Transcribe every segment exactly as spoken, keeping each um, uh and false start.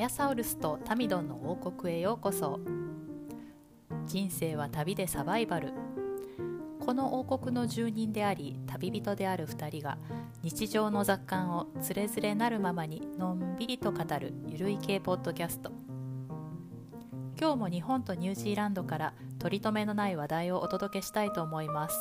ヤサウルスとタミドンの王国へようこそ。人生は旅でサバイバル。この王国の住人であり旅人であるふたりが日常の雑感をつれづれなるままにのんびりと語るゆるい系ポッドキャスト。今日も日本とニュージーランドから取り留めのない話題をお届けしたいと思います。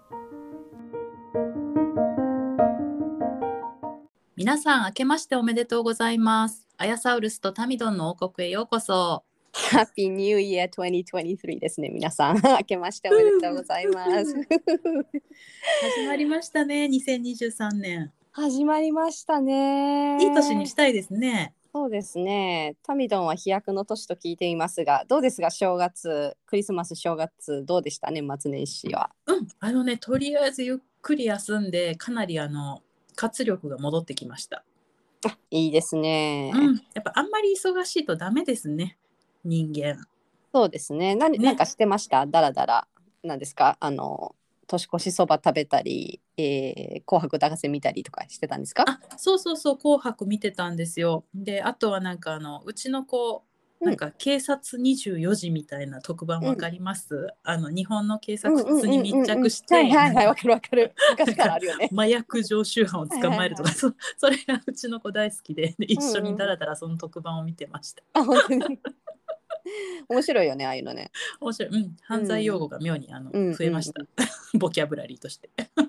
皆さん明けましておめでとうございます。アヤサウルスとタミドンの王国へようこそ。 ハッピーニューイヤーにせんにじゅうさんですね、皆さん。明けましておめでとうございます。 始まりましたね、にせんにじゅうさんねん。 始まりましたね。 いい年にしたいですね。 そうですね。タミドンは飛躍の年と聞いていますが、どうですか、正月、クリスマス、正月、どうでした、年末年始は。 うん、あのね、とりあえずゆっくり休んで、かなりあの活力が戻ってきました。 あ、いいですね。 うん、やっぱあんまり忙しいとダメですね、人間。 そうですね。何、 ねなんかしてました？だらだら。なんですか、あの年越しそば食べたり、えー紅白歌合戦見たりとかしてたんですか？ あ、そうそうそう、紅白見てたんですよ。で、あとはなんかあのうちの子、 うんなんか警察にじゅうよじみたいな特番わかります？あの日本の警うんうんうんうんうん察に密着しはいて、なんかはいはい、わかるわかる。昔なんかからあるよね。 麻薬常習犯をはい捕はいはい。 まえるとか、そそれがうちの子大好きで、で一緒にうんうん。 だらだらその特番を見てました。 あ、本当に。面白いよね、ああいうのね。 面白い、うん、 う犯罪用語ん。 が妙にあのうん増えました。 うんうん。 ボキャブラリーとして。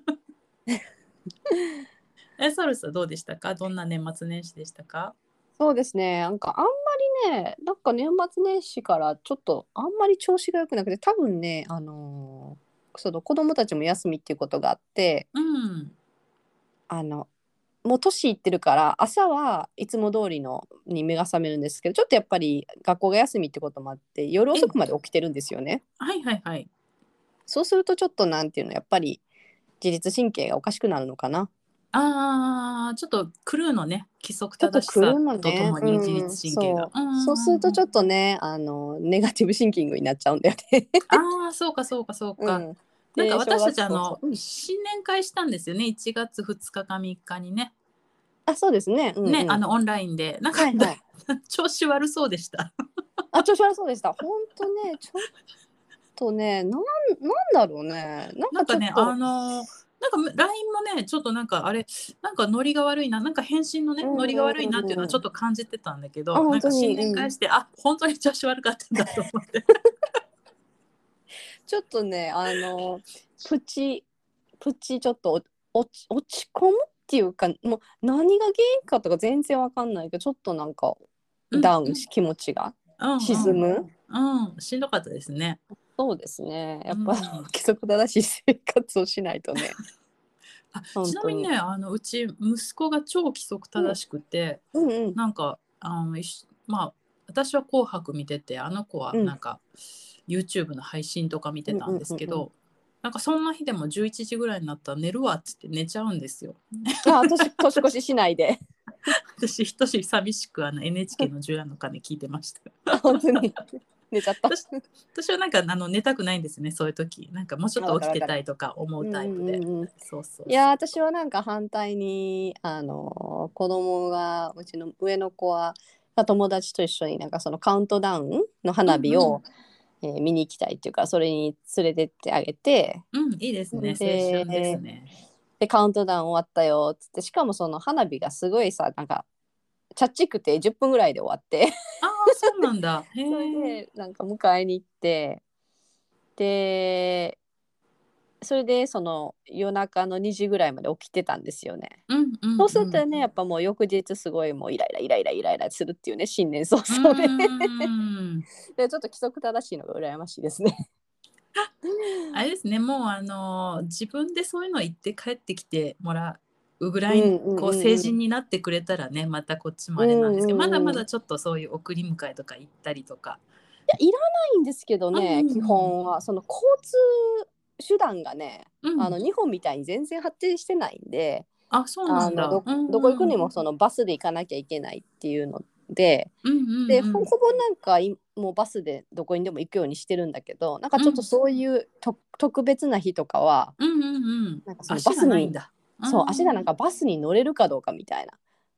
え、サルスはどうでしたか？どんな年末年始でしたか？ そうですね。なんかあんまりね、なんか年末年始からちょっとあんまり調子が良くなくて、多分ね、あのーその子供たちも休みっていうことがあって、 うん、 あの、もう年いってるから朝はいつも通りのに目が覚めるんですけど、ちょっとやっぱり学校が休みってこともあって夜え、 遅くまで起きてるんですよね。 はいはいはい。 そうするとちょっとなんていうの、やっぱり自律神経がおかしくなるのかな。 ああ、ちょっと狂うのね、規則ちょっと正しさ狂うのね。 とともに自うん、 律神経が。 そう。 うんそうするうんうん。 とちょっとね、あの、ネガティブシンキングになっちゃうんだよね。 ああ、そうかそうかそうか。 うん。 なんかで、正私たち月早々。 あのうん。 新年会したんですよね、いちがつふつかかみっかにね。 あ、そうですね。うんね、 うん。 あのオンラインで。なんかはいはい。 調子悪そうでした。 あ、調子悪そうでした。ほんとね、ちょっとね、なん、なんだろうね。なんかなんかね、あちょっと、 のなんか ライン もね、ちょっとなんかあれ、なんかノリが悪いな、なんか返信のね、 うんノリが悪いなっていうのはちょっうんうん。 と感じてたんだけあ、 ど、なんか新本当に、うん。 年会して、あ、本当に調子悪かったんだと思って。 ちょっとね、あの、プチ、プチちょっとお落ち、落ち込むっていうか、もう何が原因かとか全然わかんないけど、ちょっとなんかうんダウンし、気持ちがうんうん沈む。 うん、しんどかったですね。 そうですね。やうっぱん。 規則正しい生活をしないとね。 あ、ち本当に。 なみにね、あのうち息子が超規則うん、 正しくて、 うんうん、 なんかあのいしまあ私は紅白見てて、あの子はうん、 なんか YouTube の配信とか見てうんたんうんうんうん。 ですけど、なんかそんな日でもじゅういちじぐらいになったら寝るわっつって寝ちゃうんですよ。 あ、年、年越ししないで。 私一人寂しくあの エヌエイチケー のじゅう夜の鐘聞いてました。 あ、本当に。寝ちゃった。 私私はなんかあの寝たくないんですね、そういう時。なんかもうちょっあ、 とわかるわかる。 起きてたいとか思ううんうタイプで。 んうんうん。 そうそういや、 そう。 私はなんか反対に、あの、子供が、うちの上の子は、友達と一緒になんかそのカウントダウンのうんうん。 花火を、えー見に行きたいっていうか、それに連れてってあげて、 うん、いいですね。青春ですで、 ね。 で、カウントダウン終わったよっつって、しかもその花火がすごいさ、なんか、チャッチくてじゅっぷんぐらいで終わって、 ああ、そうなんだ。へそれえ。 でなんか迎えに行って、で、それでその夜中のにじぐらいまで起きてたんですよね。 うんうそうんうん。 するとね、やっぱもう翌日すごいもうイライライライライライラするっていうね、新年早うー 々で。 ん。 で、ちょっと規則正しいのが羨ましいですね。 あれですね、もうあの自分でそういうの言って帰ってきてもらうぐらいうんうんこう成うんうん。 人になってくれたらね、またこっちもうあれなんですけど、まだんうんうん。いまだちょっとそういう送り迎えとか行ったりとか。 や、いらないんですけどうんね、基うんうん。 本は。その交通手段がね、 うん。 あの日本みたいに全然発展してないんで、 あ、そうなんだ。 あのど、 うんどこ行くうん。 にもそのバスで行かなきゃいけないっていうので、 うんうんでうん。 ほほぼなんかいもうバスでどこにでも行くようにしてるんだけど、なんかうん。 ちょっとそういうと特別な日とかはうんうんうん。 なんかそのバ足がスに、 ないんだ。うそう足がなんん。 かバスに乗れるかどうかみたいな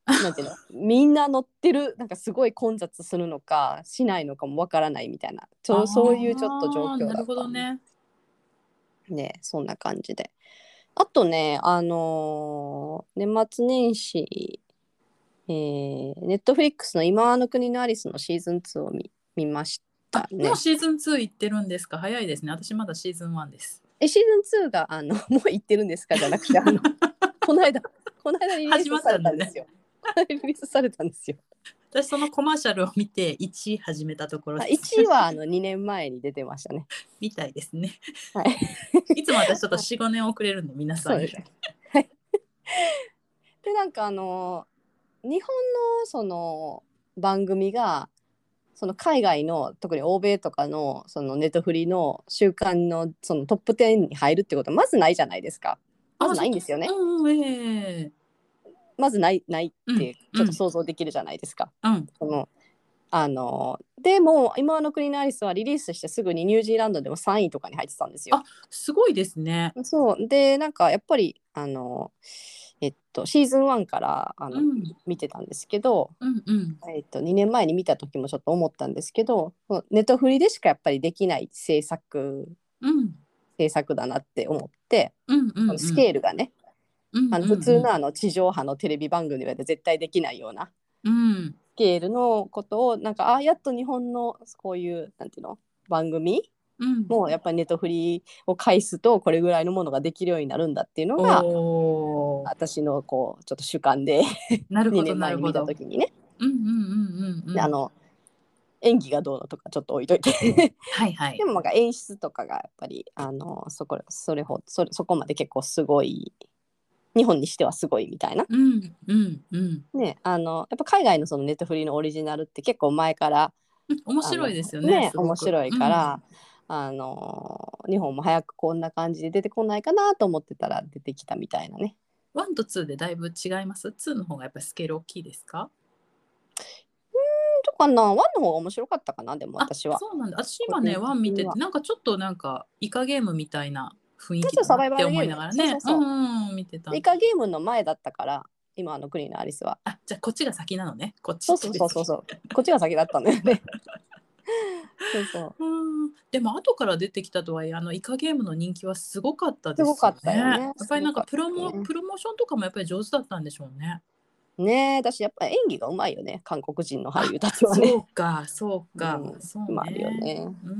なんていうの、みんな乗ってる、なんかすごい混雑するのかしないのかもわからないみたいな、そうそういうちょっと状ああ、なるほ況だったどね。 ね。そんな感じで。あとね、あのー年末年始、えー、ネットフリックスの今はの国のアリスのシーズンツーを見、見ましあ、もうたね。 シーズンツー行ってるんですか？早いですね。私まだシーズンワンです。 え、シーズンツーが、あの、もう行ってるんですかじゃなくて、あの、この間、この間リリー始まっスさたんだね。 れたんですよ。この間リリースされたんですよ。 私そのコマーシャルを見ていちい始めたところあ、 です。 いちいはあのにねんまえに出てましたね。 みたいですね。 はい。 いつも私ちょっとはい、 よん、ごねん遅れるんで皆さんに。 そうですね。はい。で、なんかあの、日本のその番組が、その海外の特に欧米とかのそのネットフリの週間のそのトップじゅうに入るってことはまずないじゃないですか。まずあ、そないんですよね。 うんうん、ええ、 まずないないっうんてちょっとうん想像できるじゃないですか。 うん。 そのあのでも今の国のアリスはリリースしてすぐにニュージーランドでもさんいとかに入ってたんですよ。 あ、すごいですね。 そうで、なんかやっぱりあのえっとシーズンワンからあのうん見てたんですけど、 うんうんえっと、にねんまえに見た時もちょっと思ったんですけど、ネットフリでしかやっぱりできない制作うん制作だなって思って、 うんうんうスんケールがね、 うんあの普通のあの地上波のテレビ番組では絶対できないようなうんスケールのことを、なんかあやっと日本のこういうなんていうの番組うんもやっぱりネットフリを介すとこれぐらいのものができるようになるんだっていうのがおー、 私のこうちょっと主観でなるほ 2 どな年前に見たるほど。 時にね、 うんうんうんうんうん。 であの演技がどうのとかちょっと置いといてはいはい。 でもなんか演出とかがやっぱりあのそこそれほそれそこまで結構すごい、日本にしてはすごいみたいなうんうんうんね、あのやっぱ海外のそのネットフリのオリジナルって結構前からうん。面白あのいですよね、 ねすごく。 面白いうん。 から、あの日本も早くこんな感じで出てこないかなと思ってたら出てきたみたいなね。 ワンとツーでだいぶ違います？ツーの方がやっぱりスケール大きいですか？ とかな、ワンの方が面白かったかな、でもあ、 私はそうなんだ。私今ね、 個人ワン見てて、 的には。 なんかちょっとなんかイカゲームみたいな雰囲気ちょっとサバイバだなって思いルゲーム、 ながらね、うそうそうそんうん、見てた。 う、イカゲームの前だったから今の国のアリスは。 あ、じゃあこっちが先なのね。こっちそうそうって別に。 そうそうそう、こっちが先だったんだよね。そうそう、 うん、でも後から出てきたとはいえ、あのイカゲームの人気はすごかったですよすごかったよね。 ね。 やっぱりなんかすごかっプロモたね。 プロモーションとかもやっぱり上手だったんでしょうね。 ねえ、私やっぱ演技がうまいよね、韓国人の俳あ、 優たちはそうね。 か、そううか、 ん、 そうまああるよね。 ね。 うん、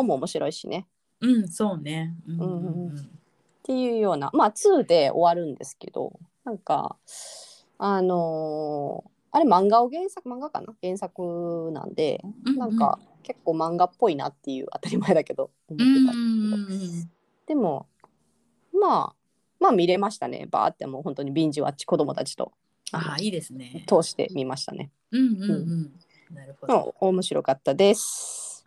脚本も面白いしね。 うん、そうね。うんううんうんうん、っんうん。 ていうような、まあツーで終わるんですけど、なんか、あのーあれ漫画を原作、漫画かな原作なんで、 うんうん。 なんか結構漫画っぽいなっていう当たり前だけどうん思ってたんですけど、 うんうん。 でも、まあ、まあ見れましたね。バーってもう本当にビンジワッチ子供たちとあのああ、いいですね。 通してみましたね。 うんうんうん。 うん。なるほど。 まあ面白かったです。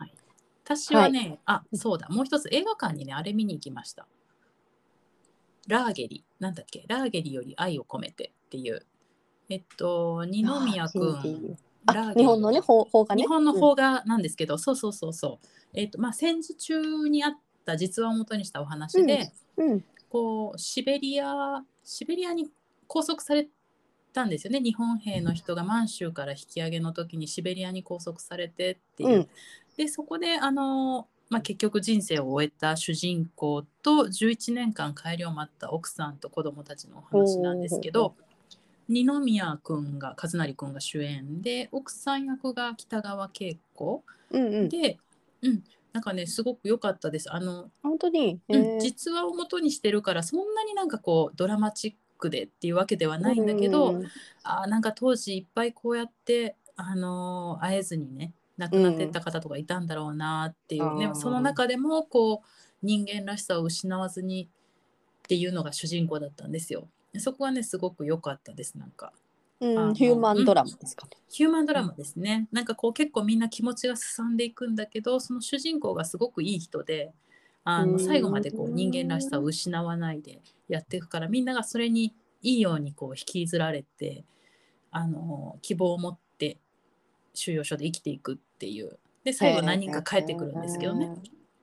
はい。私はい。 はね、あ、そうだ、もう一つ映画館にね、あれ見に行きました。ラーゲリ、なんだっけ、ラーゲリより愛を込めてっていう、えっと、二あ宮ー、 くん、 いいあ、 ラーゲリ、 日本のね、邦邦画ね。 日本のうん。 邦画なんですけど、そうそうそうそう、えっと、まあ、戦時中にあった実話をもとにしたお話うん。 で、 うん。 こう、シベリア、シベリアに拘束されたんですよね。日本兵の人が満州から引き上げの時にシベリアに拘束されてっていう。 うん。 で、そこで、あの、まあ、結局人生を終えた主人公とじゅういちねんかん帰りを待った奥さんと子供たちのお話なんほうほうほう。 ですけど、二宮君が和成君が主演で、奥さん役が北川景子うんうん。 で、うん、なんかねすごく良かったです。あの、 本当に。へうん、 え。 実話を元にしてるからそんなになんかこうドラマチックでっていうわけではうないんだけど、 ん。 あーなんか当時いっぱいこうやってあのー会えずにね亡くなっていっうん。 た方とかいたんだろうなっていあうね、そのあ。 中でもこう人間らしさを失わずにっていうのが主人公だったんですよ。そこはねすごく良かったです。なんかうん、 あの、うん、 ヒューマンドラマですかね。 ヒューマンドラマですね。なんかこう結構みんな気持ちがすさんでいくんだけど、その主人公がすごくいい人で、 うあの最後までこう人間らしさをん。 失わないでやっていくから、みんながそれにいいようにこう引きずられて、あの希望を持って収容所で生きていくっていう。で、 へ最後何人か帰ってくるんですけどね。 え。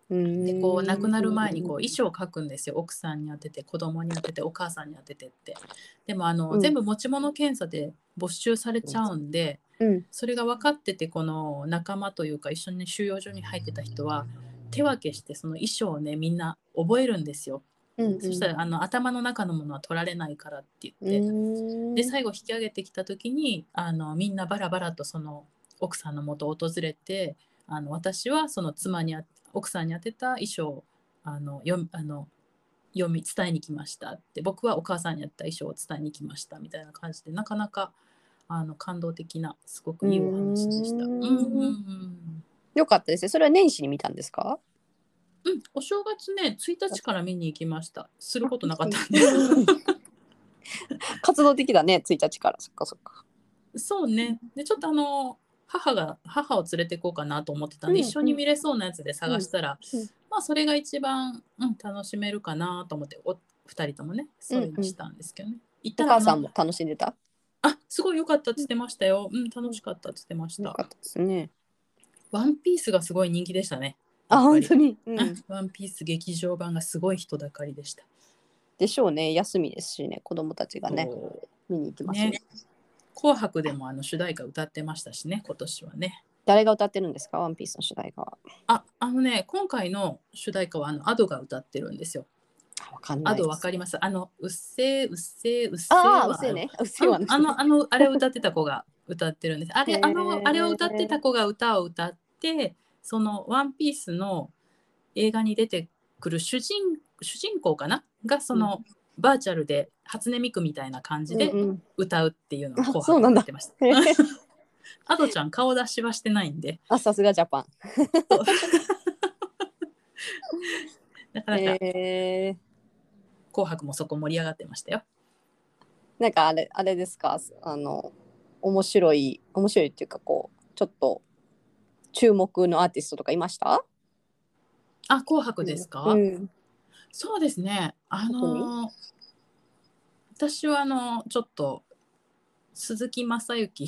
うーでこう亡くなる前にん。 こう衣装を描くんですよ。奥さんに当てて子供に当ててお母さんに当ててって。でもあのうん全部持ち物検査で没収されちゃうんで、 うんそれが分かってて、この仲間というか一緒に収容所に入ってた人は手分けしてその衣装をねみんな覚えるんですよ。 うんそしたらあの頭の中のものは取られないからって言っうて、でん。うーん。 最後引き上げてきた時にあのみんなバラバラとその奥さんの元を訪れて、あの私はその妻にあ奥さんに当てた衣装をあの読みあの読み伝えに来ましたって、僕はお母さんにやった衣装を伝えに来ましたみたいな感じで、なかなかあの感動的なすごうーくいいお話でした。うんうんうん。 んよかったですね。それは年始に見たんですか？ うん、お正月ねついたちから見に行きました。することなかったんでうん。活動的だね、ついたちから。そっかそっか。 そうね。で、ちょっとあの、母が母を連れて行こうかなと思ってたんで、一うん緒に見れそうなやつでうん探したら、 うんまあ、それが一番、うん、楽しめるかなと思って、おふたりともね、それうんうん。 にしたんですけどね。行ったら、あの、 お母さんも楽しんでた？ あ、すごい良かったっうんつってましたよ。うん、楽うん。 しかったっつってました。 よかったですね。 ワンピースがすごい人気でしたね、やあ、 っぱり。 本当に。ううん、 ん。 ワンピース劇場版がすごい人だかりでした。 でしょうね。休みですしね、子供たちがね、 そ見に行きう。ね。 ますよね。 紅白でもあの主題歌歌ってましたしね、今年はね。 誰が歌ってるんですか、ワンピースの主題歌は。 あ、あのね、今回の主題歌はあの Ado が歌ってるんですよ。 あ、わかんない Ado です。 わかります？あのうっせーうっせーうっせああ、 ーは、 うっせえね。うっせえうん、 わの人ね。 あのあのあれを歌ってた子が歌ってるんです。あへれあのあれを歌ってたえ。 子が歌を歌って、そのワンピースの映画に出てくる主人主人公かながそうんのバーチャルで初音ミクみたいな感じでうんうん。 歌うっていうのをあ、 紅そうなんだ。 白でやってました。 へえ。 アドちゃん顔出しはしてないんで、 あ、さすがジャパン。 そうなかなかへえ。 紅白もそこ盛り上がってましたよ。 なんかあれ、あれですか、あの、面白い、面白いっていうか、こう、ちょっと注目のアーティストとかいました？ あ、紅白うん。 ですか？ うん。 そうですね。あ特に。 のー私はあのちょっと鈴木雅之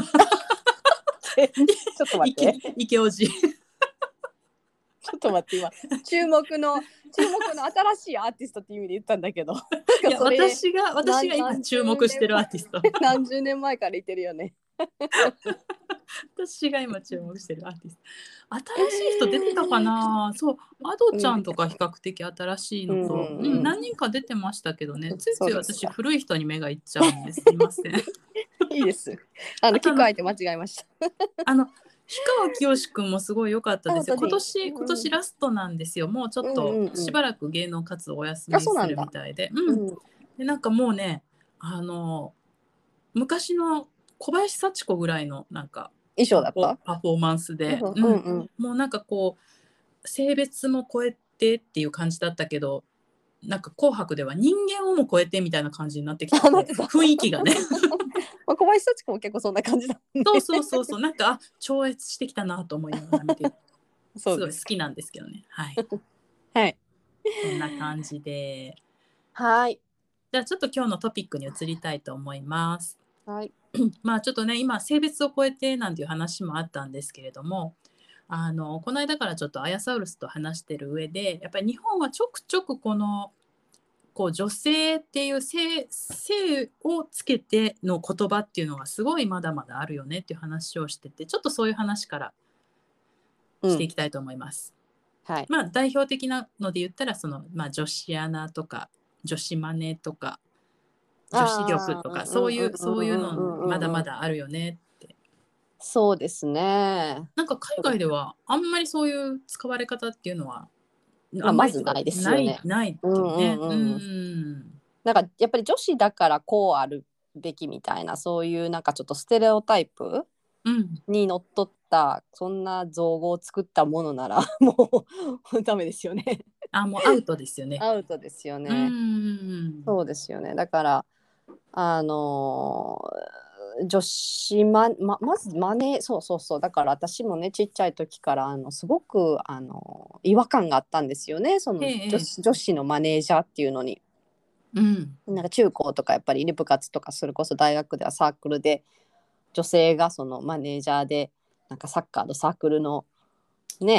ちょっと待っ池て。 池叔父ちょっと待って、今、注目の、注目の新しいアーティストっていう意味で言ったんだけど、なんいやかそれ、 私が私が今何注目してるアーティスト何十年前から言ってるよね。 私が今注目してるアーティスト、新しい人出てたかな。そう、アドちゃんとか比較的新しいうんのと、 うんうん。 うん、何人か出てましたけどね、ついついそうですか。 私古い人に目がいっちゃうんですいません。 いいです。あの、 あとあの聞く相手間違えました。 あの氷川きよしくんもすごい良かったあ、 ですよ。今本当に。 年今年ラストなんですよ。もうちょっうんうとんうん。 しばらく芸能活動お休あ、 みするみそうなんだ。 たいで、 ううん。 ん。 でなんかもうね、あの昔の小林幸子ぐらいのなんか衣装パフォだった？ パフォーマンスで、 うんううん、 んうん。 もうなんかこう性別も超えてっていう感じだったけど、なんか紅白では人間をも超えてみたいな感じになってきてあ、なって、 てた。 雰囲気がね。 まあ、小林幸子も結構そんな感じだもんね。 そうそうそうそう、なんかあ超越してきたなと思いながら見て、 そうですか。 すごい好きなんですけどね。はい。 はい。 そんな感じで。 はい。 じゃあちょっと今日のトピックに移りたいと思います。 はい。 まあちょっとね、今性別を超えてなんていう話もあったんですけれども、あのこの間からちょっとアヤサウルスと話してる上で、やっぱり日本はちょくちょくこのこう女性っていう性性をつけての言葉っていうのがすごいまだまだあるよねっていう話をしてて、ちょっとそういう話からうん。 していきたいと思います。 はい。 まあ代表的なので言ったらその、まあ、女子アナとか女子マネとか女子力ああ、 とかうんそういううんうんそういうのうんうまだんうん。 まだあるよねって。 そうですね。 なんか海外ではあんまりそういう使われ方っていうのはあまあ、 んまりというかまずないですなよね。 いないっうんうていうね。うんうん。 ん。 なんかやっぱり女子だからこうあるべきみたいな、そういうなんかちょっとステレオタイプうん。 にのっとったそんな造語を作ったものならもうダメですよね。 あ、もうアウトですよね。 アウトですようね。 ん。 そうですよね。だからあのー女子ま、ま、まずマネー、そうそうそう、だから私もねちっちゃい時からあのすごくあの違和感があったんですよね、その女ええ。 子、女子のマネージャーっていうのに。 うん。 なんか中高とかやっぱり部活とかそれこそ大学ではサークルで女性がそのマネージャーでなんかサッカーのサークルのね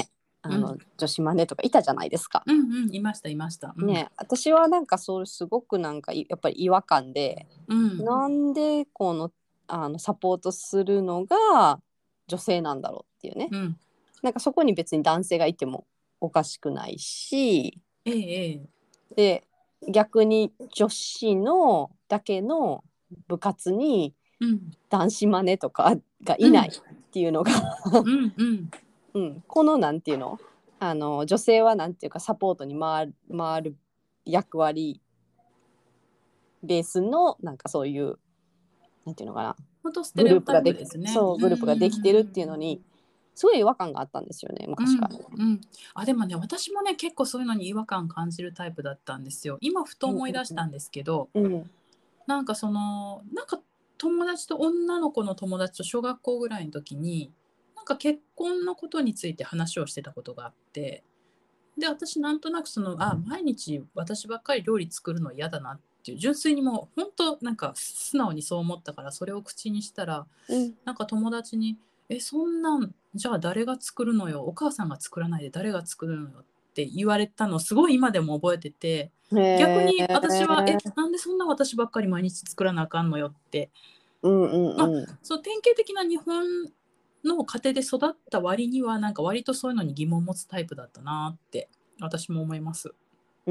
あの、うん、女子マネとかいたじゃないですか。 うんうん、いましたいました、 うん、ね、私はなんかそうすごくなんかやっぱり違和感で、 うん、 なんでこの、あのサポートするのが女性なんだろうっていうね、 うん、 なんかそこに別に男性がいてもおかしくないし、 ええええ、 で逆に女子のだけの部活にうん、 男子マネとかがいないっていうのが、 うんうんうん、このなんていうの、あの女性はなんていうかサポートに回る、回る役割ベースのなんかそういうなんていうのかな、 本当ステグレオタイループができプですね。 そうグループができてるっていうのにすごい違和感があったんですよね、 うん昔から。 うん、あでもね私もね結構そういうのに違和感感じるタイプだったんですよ。今ふと思い出したんですけど、 うんうんなんかそのなんか友達と女の子の友達と小学校ぐらいの時になんか結婚のことについて話をしてたことがあって、で私なんとなくそのあ毎日私ばっかり料理作るの嫌だなっていう純粋にもう本当なんか素直にそう思ったからそれを口にしたらうんなんか友達に「えそんなんじゃあ誰が作るのよお母さんが作らないで誰が作るのよ」って言われたのすごい今でも覚えてて、逆へに私は「ええ、 なんでそんな私ばっかり毎日作らなあかんのよ」って、 うんうんまあうんそう典型的な日本の家庭で育った割にはなんか割とそういうのに疑問を持つタイプだったなって私も思います。 うん、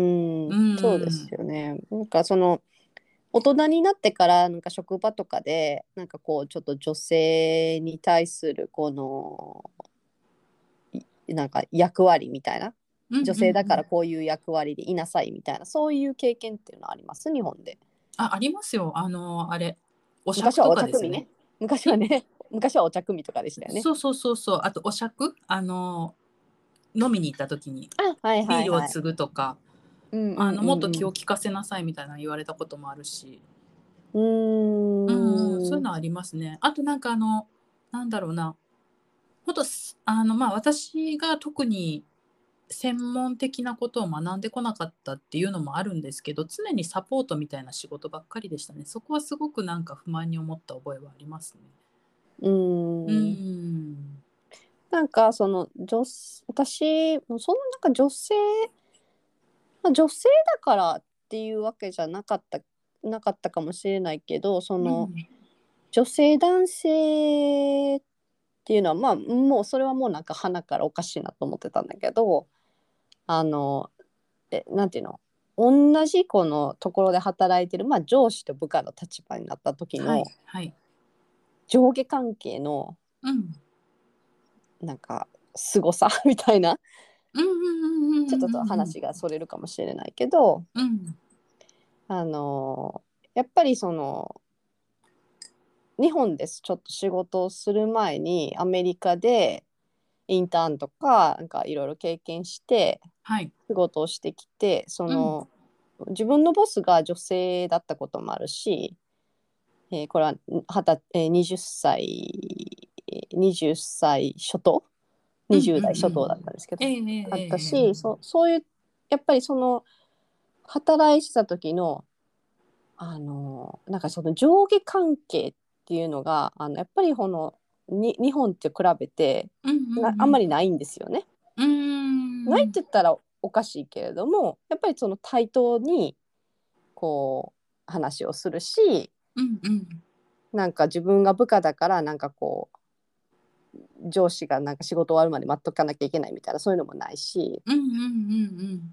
うそうですんよね。なんかその大人になってからなんか職場とかでなんかこうちょっと女性に対するこのいなんか役割みたいな、 うんうんう女性だからん、 こういう役割でいなさいみたいな、そういう経験っていうのはあります日本で？ あありますよ。あのあれお酌と昔はおかですよね。 茶組ね。昔はえね、昔はお茶組とかでしたよね。 そうそうそうそう、あとお酌あの飲みに行った時にあ、はいはいはい。 ビールを継ぐとか、 うんうんあのもっとうん気を利かせなさいみたいなの言われたこともあるし、 ううんうん、そうん。うーん。 いうのありますね。あとなんかあのなんだろうな、ほんとあのまあ私が特に専門的なことを学んでこなかったっていうのもあるんですけど、常にサポートみたいな仕事ばっかりでしたね。そこはすごくなんか不満に思った覚えはありますね。 ううーーん。 ん。 なんかその女私もそのなんか女性、まあ、女性だからっていうわけじゃなかったなかったかもしれないけど、そのうん。 女性男性っていうのはまあもうそれはもうなんか鼻からおかしいなと思ってたんだけど、あのえなんていうの、同じこのところで働いてる、まあ、上司と部下の立場になった時はいのはい。 上下関係のうん。 なんか凄さみたいな、 うんうんうんうんちょっとうんうん話がそれるかもしれないけど、 うん。 あのやっぱりその日本ですちょっと仕事をする前にアメリカでインターンとかなんかいろいろ経験してはい。 仕事をしてきて、そうん。 の自分のボスが女性だったこともあるし、えーこれははた、えー、はたちにじゅっさい初頭うんうんにじゅう代うん。 初頭だったんですけどええええあったええええ。 し、そそういうやっぱりその働いてた時のあのなんかその上下関係っていうのがあのやっぱりこのに日本って比べてうんうなんうん。 あんまりないんですよね。 うーないってん。 言ったらおかしいけれども、やっぱりその対等にこう話をするし、 うんうん。 なんか自分が部下だからなんかこう上司がなんか仕事終わるまで待っとかなきゃいけないみたいなそういうのもないし、 うんうんうんうん。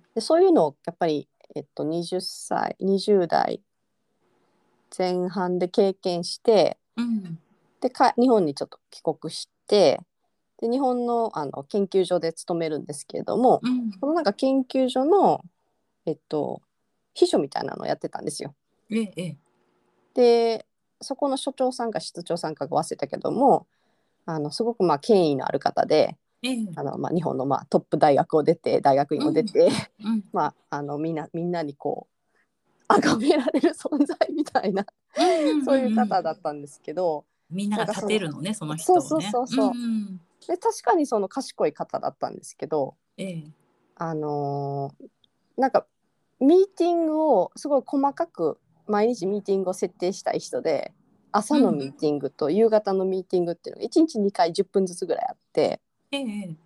でそういうのをやっぱり、えっと、はたちにじゅう代前半で経験して、 うん。 でか日本にちょっと帰国して、で日本の、あの研究所で勤めるんですけれども、 うん。 そのなんか研究所の、えっと、秘書みたいなのをやってたんですよ。 ええええ。 でそこの所長さんか室長さんかが忘れたけども、あのすごくまあ権威のある方で、 ええ。 あの、まあ、日本のまあトップ大学を出て大学院うん。 を出て、 うん。 まあ、あのみんなみんなにこう崇められる存在みたいなうんうんうんそういううん。 方だったんですけど、 みんなが立なんかそのてるのね、そのそうそう人をね。うんうそうそうん。 で確かにその賢い方だったんですけど、 ええ。 あのーなんかミーティングをすごい細かく毎日ミーティングを設定したい人で、朝うん。 のミーティングと夕方のミーティングっていうのがいちにちにかいじゅっぷんずつぐらいあって、 ええええ。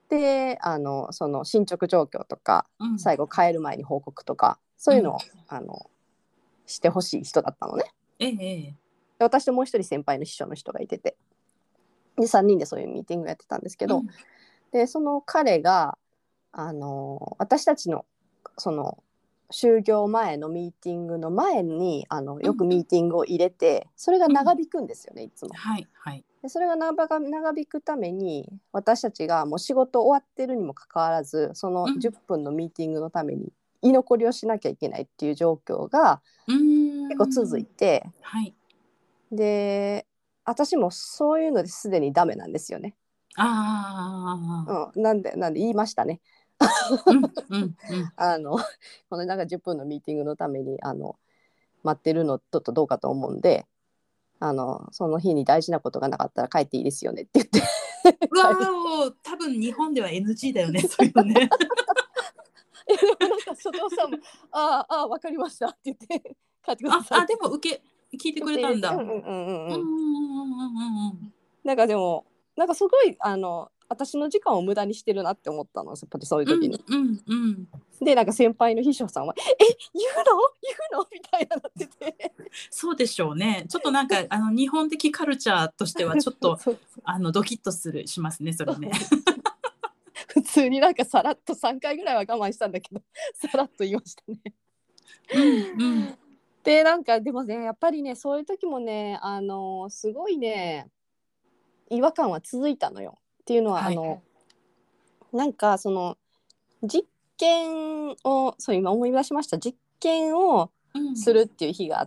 であのその進捗状況とか、 うん、 最後帰る前に報告とかそういうのを、 うん、 あのしてほしい人だったのね。 ええ、 で私ともう一人先輩の秘書の人がいてて、でさんにんでそういうミーティングやってたんですけど、 うん、 でその彼があの私たちのその就業前のミーティングの前にあのよくミーティングを入れて、それが長引くんですよね、いつも。 はい、はい。 でそれが長長引くために私たちがもう仕事終わってるにもかかわらずそのうん、 じゅっぷんのミーティングのために居残りをしなきゃいけないっていう状況がうー結構続いん、 て、 はい。 で私もそういうのですでにダメなんですよね。 ああ、 うん、なんでなんで言いましたね。 うん、うん、うん。 あのこのなんかじゅっぷんのミーティングのためにあの待ってるのちょっとどうかと思うんで、あのその日に大事なことがなかったら帰っていいですよねって言ってうわ帰る。 ーお、多分日本では エヌジー だよね、そういうのね。 えでもなんか所長さんも「ああああ分かりました」って言って帰ってくだあ、あ、でさいっても受け、聞いてくれ言って、 たんだ。 うんうんうんうんうん。 うんうんうんうんうんなんかでもなんかすごいあの私の時間を無駄にしてるなって思ったのやっぱりそういううん時に。 うんうん。 でなんか先輩の秘書さんは「え言うの言うの?」みたいななっててそうでしょうね。ちょっとなんかあの日本的カルチャーとしてはちょっとそうあのドキッとするしますね、それね。 そう普通になんかさらっとさんかいぐらいは我慢したんだけどさらっと言いましたね。 うんうん。 でなんかでもねやっぱりねそういう時もねあのすごいね違和感は続いたのよ。っていうのはあはい。 のなんかその実験をそう今思い出しました。実験をうんするっていう日があって、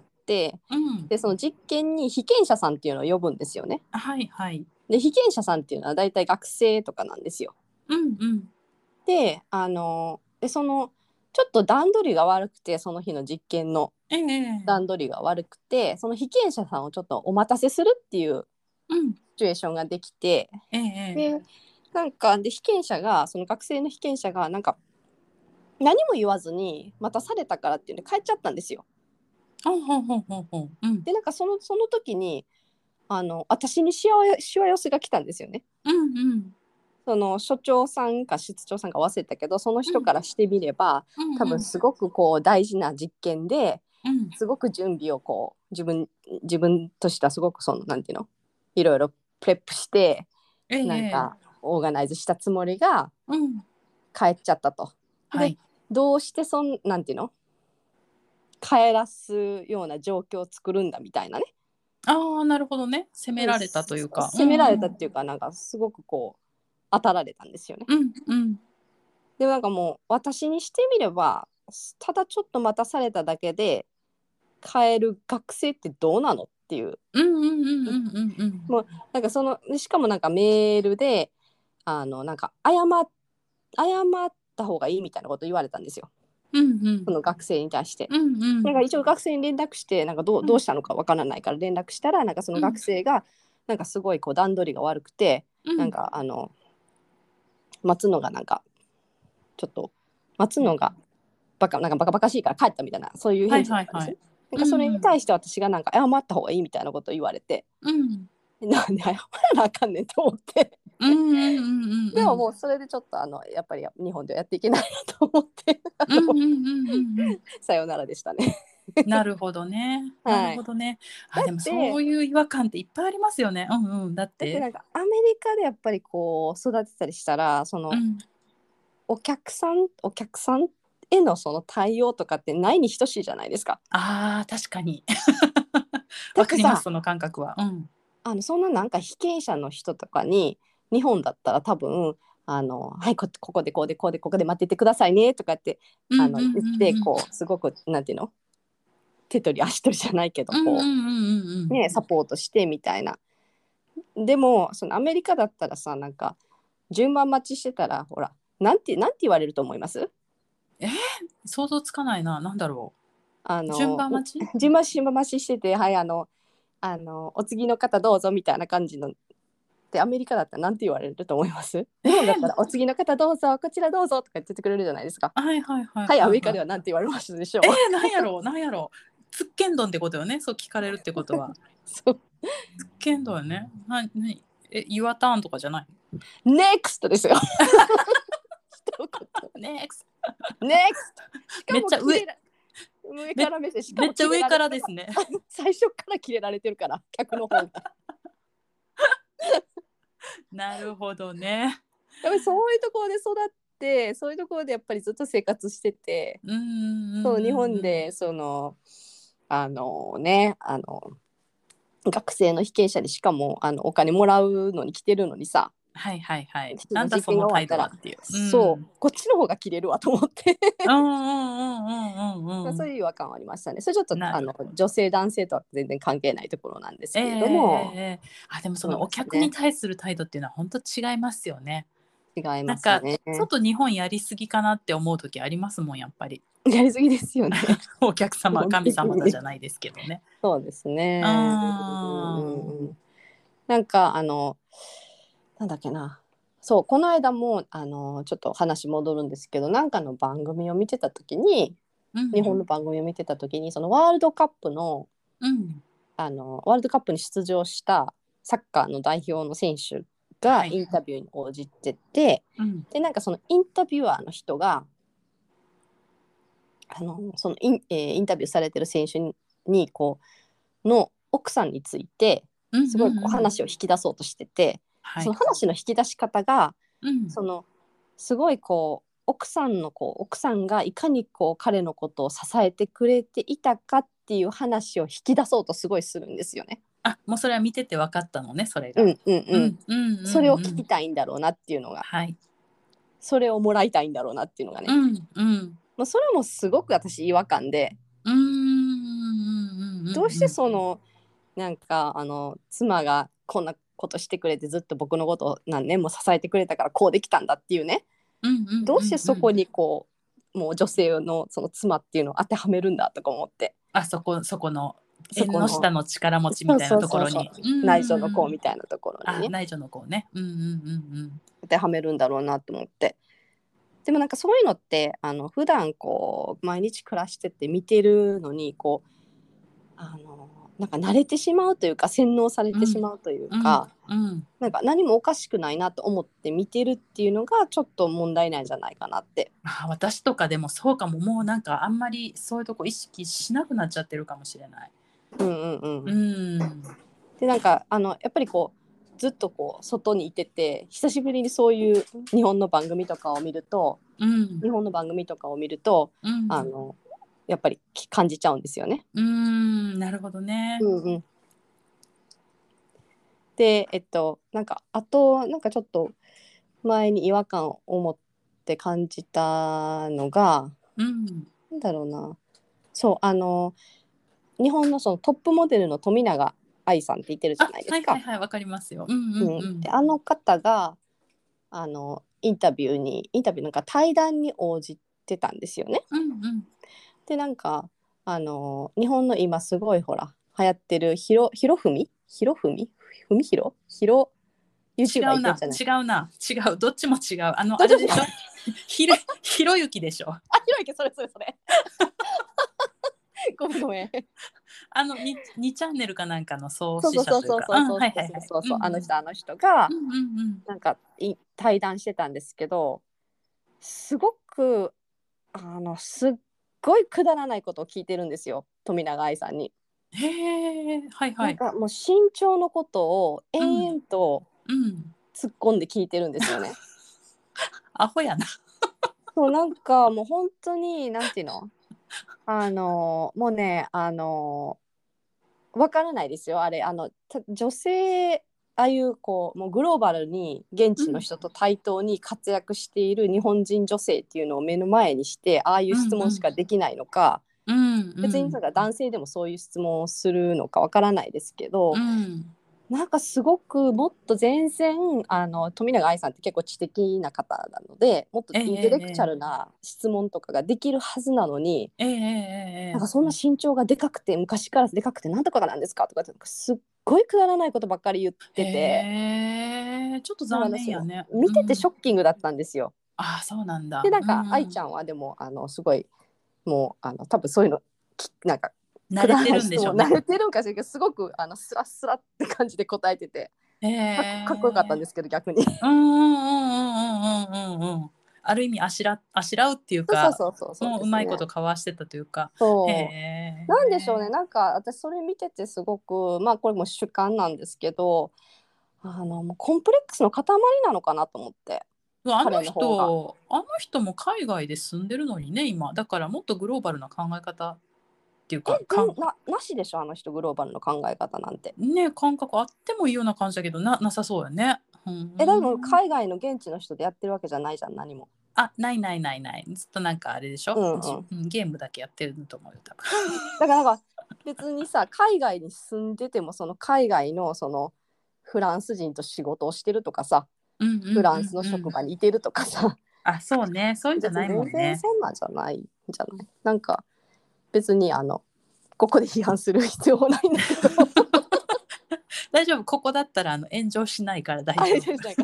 うん。 でその実験に被験者さんっていうのを呼ぶんですよね。 はいはい。 で被験者さんっていうのはだいたい学生とかなんですよ。 うんうん。 であのでそのちょっと段取りが悪くてその日の実験のええ。 段取りが悪くてその被験者さんをちょっとお待たせするっていううん。 シチュエーションができて、 ええ。 でなんかで被験者がその学生の被験者がなんか何も言わずに待たされたからっていうんで帰っちゃったんですよ。 ほんほんほんほんほん。うん。 でなんかそのその時にあの私にしわしわ寄せが来たんですよね。 うんうん。 その所長さんか室長さんか忘れたけどその人うんからしてみれば多分うんうんすごくこう大事な実験でうん。 すごく準備をこう自分自分としてはすごくそのなんていうのいろいろプレップしてええ。 なんかオーガナイズしたつもりがうん。 帰っちゃったと。ではい。 どうしてそんなんていうの帰らすような状況を作るんだみたいなね、 ああ、なるほどね。責めうん、 られたというか。う責められたんうん。 っていうかなんかすごくこう当たられたんですよね。 うんうん。 でもなんかもう私にしてみればただちょっと待たされただけで帰る学生ってどうなのっていう、 うんうんうんうんうんうん。 もうなんかそのしかもなんかメールであのなんか謝謝った方がいいみたいなこと言われたんですよ、 うんうん。 その学生に対して。 うんうん。 なんか一応学生に連絡してなんかどう、どうしたのかわからないから連絡したらなんかその学生がなんかすごいこう段取りが悪くて、 うん。 なんかあの待つのがなんかちょっと待つのがバカなんかバカバカしいから帰ったみたいなそういうはい返事だったんですね。 はいはい。 なんかそれにうん。 対して私がなんか謝った方がいいみたいなことを言われて、 うん。 なんで謝らなあかんねんと思ってうんうんうんうんうん。 でももうそれでちょっとあのやっぱり日本ではやっていけないなと思ってあのうんうんうんうんうん。 さよならでしたね。 なるほどね。なるはい、 ほどね。 だあ、でもってそういう違和感っていっぱいありますよね。うんうん。だっだってなて。 んかアメリカでやっぱりこう育てたりしたらそのうん。 お客さんお客さんへのその対応とかってないに等しいじゃないですか。 ああ、確かに。 だってさわかります、その感覚は。うん。 あのそんななんか被験者の人とかに日本だったら多分あのはい こ, ここでこうでこうでここで待っててくださいねとかってうんうんうんあの言ってうん。 こうすごくなんていうの手取り足取りじゃないけどこうんうんうんうんうう、 ん。 ね、サポートしてみたいな。でもそのアメリカだったらさなんか順番待ちしてたらほらなんてなんて言われると思います？ えー、想像つかないな。なんだろう。順あの番待ち？ 順番順番待ちしててはいあのあのお次の方どうぞみたいな感じのでアメリカだったらなんて言われると思います？ え日本だったらー、 お次の方どうぞこちらどうぞとか言ってくれるじゃないですか。 はいはいはいはいアメリカはいはい。 ではなんて言われましたでしょう？ えー、なんやろうなんやろう。つっけんどんってことよね。そう聞かれるってことは。 そうつっけんどんね。なにえ、Your turn とかじゃない？ ネクストですよ。 ネクスネクスト。しかめっちゃ上もキレら上から目線しかもめっちゃ上からキレですね。 られて最初からキレられてるから客の方が。 なるほどね。 やっぱりそういうところで育ってそういうところでやっぱりずっと生活してて、 うんうんうんうん、 そう日本でそのあのねあの学生の被験者でしかもあのお金もらうのに来てるのにさ、 はいはいはい。なんだ実験その態が終わったら度はっていう。うん、 そうこっちの方が切れるわと思ってうんうんうんうんうんうん。 そういう違和感はありましたね。それちょっとあのなるほど。 女性男性とは全然関係ないところなんですええけれども、 ええええあ、でもそ思いのおましたね。 客に対する態度っていうのは本当違いますよね。 違いなんかますね。 ちょっと日本やりすぎかなって思う時ありますもん、やっぱり。 やりすぎですよね。 お客様は本神様だじ当にゃないですけどね。 そうですうーね。うんうんん。 うん、なんかあのなんだっけな、そうこの間もあのちょっと話戻るんですけど、なんかの番組を見てた時に日本うん。 の番組を見てた時にそのワールドカップのうん。 あのワールドカップに出場したサッカーの代表の選手がはい。 インタビューに応じてて、 うん。 でなんかそのインタビュアーの人があのそのイン、えーインタビューされてる選手ににこうの奥さんについてうんすごいこううんうん。 話を引き出そうとしてて、そのはい。 話の引き出し方がうん。 そのすごいこう奥さんのこう奥さんがいかにこう彼のことを支えてくれていたかっていう話を引き出そうとすごいするんですよね。 あ、もうそれは見てて分かったのね、それが。 うんうんうん。 うんうんうんそれをうん。 聞きたいんだろうなっていうのが、 はい。 それをもらいたいんだろうなっていうのがね、 うんうん。 まあ、それもすごく私違和感で、 うーん。うんうんうんどうしてうん。 そのなんかあの妻がこんなことしてくれてずっと僕のことを何年も支えてくれたからこうできたんだっていうね、 うんうんうんうん。 どうしてそこにこうもう女性のその妻っていうのを当てはめるんだとか思って、 あ、そこそこの縁そこのの下の力持ちみたいなそうそうそうそうところに。うん内助のうんうん。 功みたいなところにあ、 ね内助の子ね。うんうんうん当てはめるんだろうなと思って、でもなんかそういうのってあの普段こう毎日暮らしてて見てるのにこうあのなんか慣れてしまうというか洗脳されうん。うん。 てしまうといううんか、 うん。 なんか何もおかしくないなと思って見てるっていうのがちょっと問題なんじゃないかなって。 あ、私とかでもそうかも。もうなんかあんまりそういうとこ意識しなくなっちゃってるかもしれない。 うんうんううん、 ん。 でなんかあのやっぱりこうずっとこう外にいてて久しぶりにそういう日本の番組とかを見るとうん日本の番組とかを見るとうん。 あのやっぱり感じちゃうんですよね。 うーん、なるほどね。 うんうん、でえっとなんかあとなんかちょっと前に違和感を持って感じたのがうん。 なんだろうな、そうあの日本のそのトップモデルの富永愛さんって言ってるじゃあ、 ないですか。 はいはいはい、わかりますよ。うんうんうん、 うん。 であの方があのインタビューにインタビューなんか対談に応じてたんですよね。 うんうん。 でなんかあの日本の今すごいほら流行ってるひろひろふみひろふみふみひろひろ違 YouTuber いうな、 てるじゃない。 違うな、違う、どっちも違う。あの、 どっちも違う。 あれでしょ。ひろ、ひろゆきでしょ。 あ、ひろゆきそれそれそれ。ごめんごめん。 あの、に、にチャンネルかなんかの創そう始そうそうそう者というか。うん、 そうそうそうはいはいはい。 そうそう、 うんあの人あの人がうん。うんうんうん。 なんかい対談してたんですけど、すごくあのすっごいくだらないことを聞いてるんですよ、富永愛さんに。 へえ、はいはい。 なんかもう身長のことをうん。 延々とうん。 突っ込んで聞いてるんですよね。 アホやな。 そうなんかもう本当になんていうの、あのもうねあのわからないですよあれあのた女性ああいうこうもうグローバルに現うん。 地の人と対等に活躍している日本人女性っていうのを目の前にしてああいう質問しうんうん。 かできないのか、 うんう別にん。 なんか男性でもそういう質問をするのかわからないですけうど、 ん。 なんかすごくもっと全然あの富永愛さんって結構知的な方なのでもっとええインテレクチャええルな質問とかができるはずなのに、 ええええええなんかそんな身長がでかくて昔からでかくてなんとかなんですかとかってなんかすっごいくだらないことばっかり言ってて、 へえ、ちょっと残なんか私も念やね。 見ててシうん。 ョッキングだったんですよ。 ああ、そうなんだ。 でなんうか愛ちゃん。 んはでもあのすごいもうあの多分そういうのきなんかくだら慣れてるんでない質問慣しょうね。 れてるんかしらんけどすごくあのスラスラって感じで答えてて、 へかっかっこよかったんえ。 ですけど逆に。 うんうんうんうんうんうんうんうん。ある意味あしらあしらうっていうそうそうか、 そうそうそうもううまいこですね。 と交わしてたというか。へそうなんでしょうね、 え。 なんか私それ見ててすごく、まあこれも主観なんですけど、あのもうコンプレックスの塊なのかなと思って、 うわあの彼の方が。 人あの人も海外で住んでるのにね、今。だからもっとグローバルな考え方っていうえ、 か、かん全ななしでしょあの人グローバルの考え方なんて。 ね、感覚あってもいいような感じだけど、ななさそうやね。ふえ、でもん。 海外の現地の人でやってるわけじゃないじゃん何も。 あ、ないないないない。ずっとなんかあれでしょ、 うんうん。 じうん、ゲームだけやってると思うよ、多分。 だからなんか別にさ海外に住んでてもその海外のそのフランス人と仕事をしてるとかさ、 うんうんフランスのうんうん。 職場にいてるとかさ、 あ、そうね。そういうんじゃないも別に全んね。 然そんなんじゃないんじゃない。なんか別にあのここで批判する必要もないんだけど大丈夫。ここだったらあの炎上しないから大あれ丈夫。 でしたか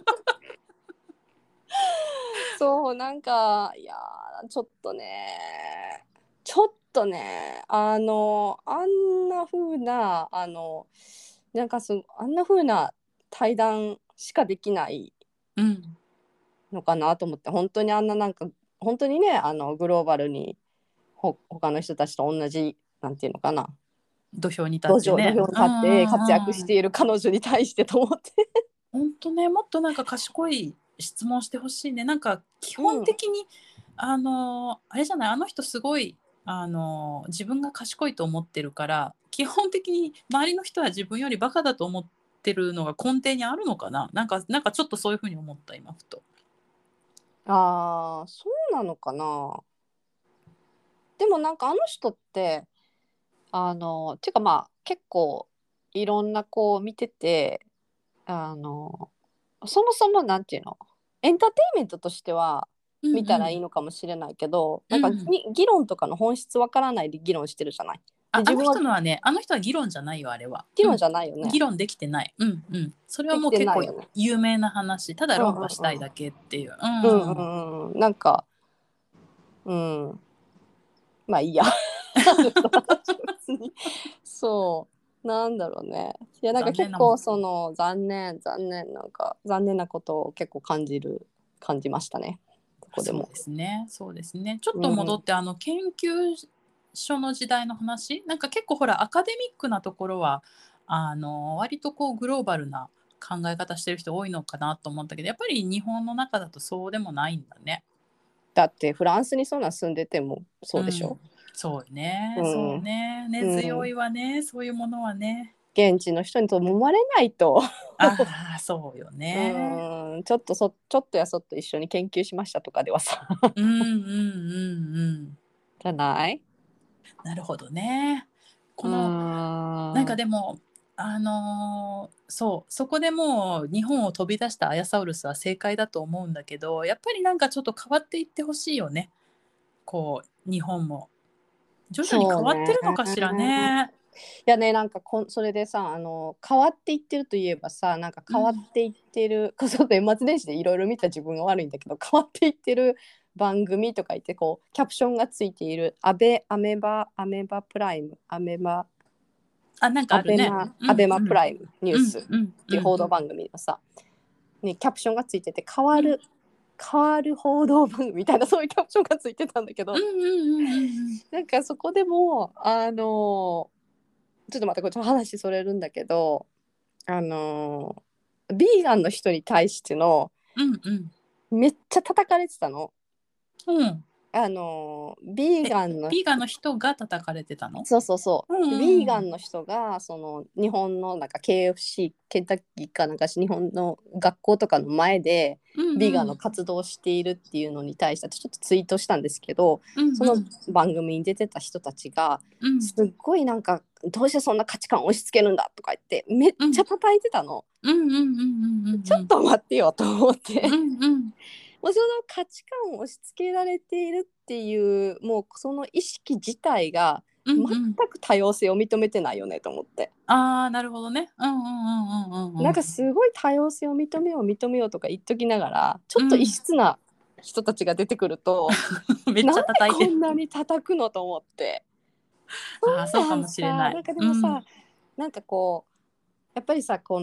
そうなんかいやーちょっとねちょっとねあのあんな風なあのなんかそあんな風な対談しかできないうん。 のかなと思って、本当にあんななんか本当にねあのグローバルにほ他の人たちと同じなんていうのかな土俵に立土ってね。 壌土俵に立うんって活躍うんうん。 している彼女に対してと思ってほんとね、もっとなんか賢い質問してほしいね。なんか基うん本的にあの、あれじゃない、あの人すごいあの、自分が賢いと思ってるから、基本的に周りの人は自分よりバカだと思ってるのが根底にあるのかな。なんかなんかちょっとそういう風に思った、今ふと。 あーそうなのかな。でもなんかあの人ってあのていうかまあ結構いろんな子を見ててあのそもそもなんていうのエンターテインメントとしてはうん見たらいいうん。 のかもしれないけど、なんかにうん。 議論とかの本質わからないで議論してるじゃない。であ、あの自分は人のはね、あの人は議論じゃないよ、あれは。 議論うん。 じゃないよね。 議論できてない。うんうん。それはできもう結構てないよね。 有名な話。ただうん論破したいうんだけっていう。 うん。うんううん。 んうん。なんか、うん。まあいいや。あの人の話は別にそう。なんだろうね。いやなんか残念なもん。 結構その残念残念なんか残念なことを結構感じる感じましたね。ここでも。 そうですね。そうですね。ちょっと戻うん。 って、あの研究所の時代の話、なんか結構ほらアカデミックなところはあの割とこうグローバルな考え方してる人多いのかなと思ったけど、やっぱり日本の中だとそうでもないんだね。 だってフランスにそんなん住んでてもそうでしょ。 うん。そうね。 うん。 そうね。根強うん。 いわね。そういうものはね。 現地の人にと思われないと。 ああ、そうよね。 うん。ちょっとそちょっとやそっと一緒に研究しましたとかではさ。 うんうんうんうん。 じゃない。 なるほどね。 うこのなんかん。 でもあのそう、そこでもう日本を飛び出したアヤサウルスは正解だと思うんだけど、やっぱりなんかちょっと変わっていってほしいよね。こう日本も徐々に変わってそうね。 るのかしらね。 いやねなんかこんそれでさあの変わっていってるといえばさなんか変わっうん。 ていってるこそ年末年始でいろいろ見た自分が悪いんだけど変わっていってる番組とか言ってこうキャプションがついているアベアメバアメバプライムアメバあ、なんかアあるね。 ベマアベうんうんマプライムニューうんスっうんていううん報道番組のさ、ね、キャプションがついてて変わうんる変わる報道番組みたいなそういうキャプションがついてたんだけど、 うんうんうんうんなんかそこでもあのちょっとまたこっちの話それるんだけどあのビーガンの人に対してのうんうんめっちゃ叩かれてたの。 うん。 あのビーえ、 ガンのビーガンの人が叩かれてたの？ そうそうそうんうビーうんガンの人がその日本のなんか ケーエフシー ケンタッキーかなんかし日本の学校とかの前でうんビーガンのうん活動をしているっていうのに対してちょっとツイートしたんですけど、そのうんうん番組に出てた人たちがうんすっごいなんかどうしてそんな価値観を押し付けるんだとか言ってめっちゃ叩いてたの。 うんうんうんうんうんちょっと待ってよと思っうてんうんもうその価値観を押し付けられているっていうもうその意識自体が全うんうん。 く多様性を認めてないよねと思って、 ああ、なるほどね。うんうんうんうんうんうん。 なんかすごい多様性を認めよう認めようとか言っときながらちょっと異うん。 質な人たちが出てくるとめっちゃなんで叩いてる。 こんなに叩くのと思って、 ああ、そうかもしれない。 なんさなんかでうん。 もさなんかこうやっぱりさこの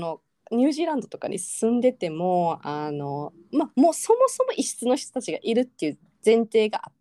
ニュージーランドとかに住んでてもあの、ま、もうそもそも異質の人たちがいるっていう前提があって、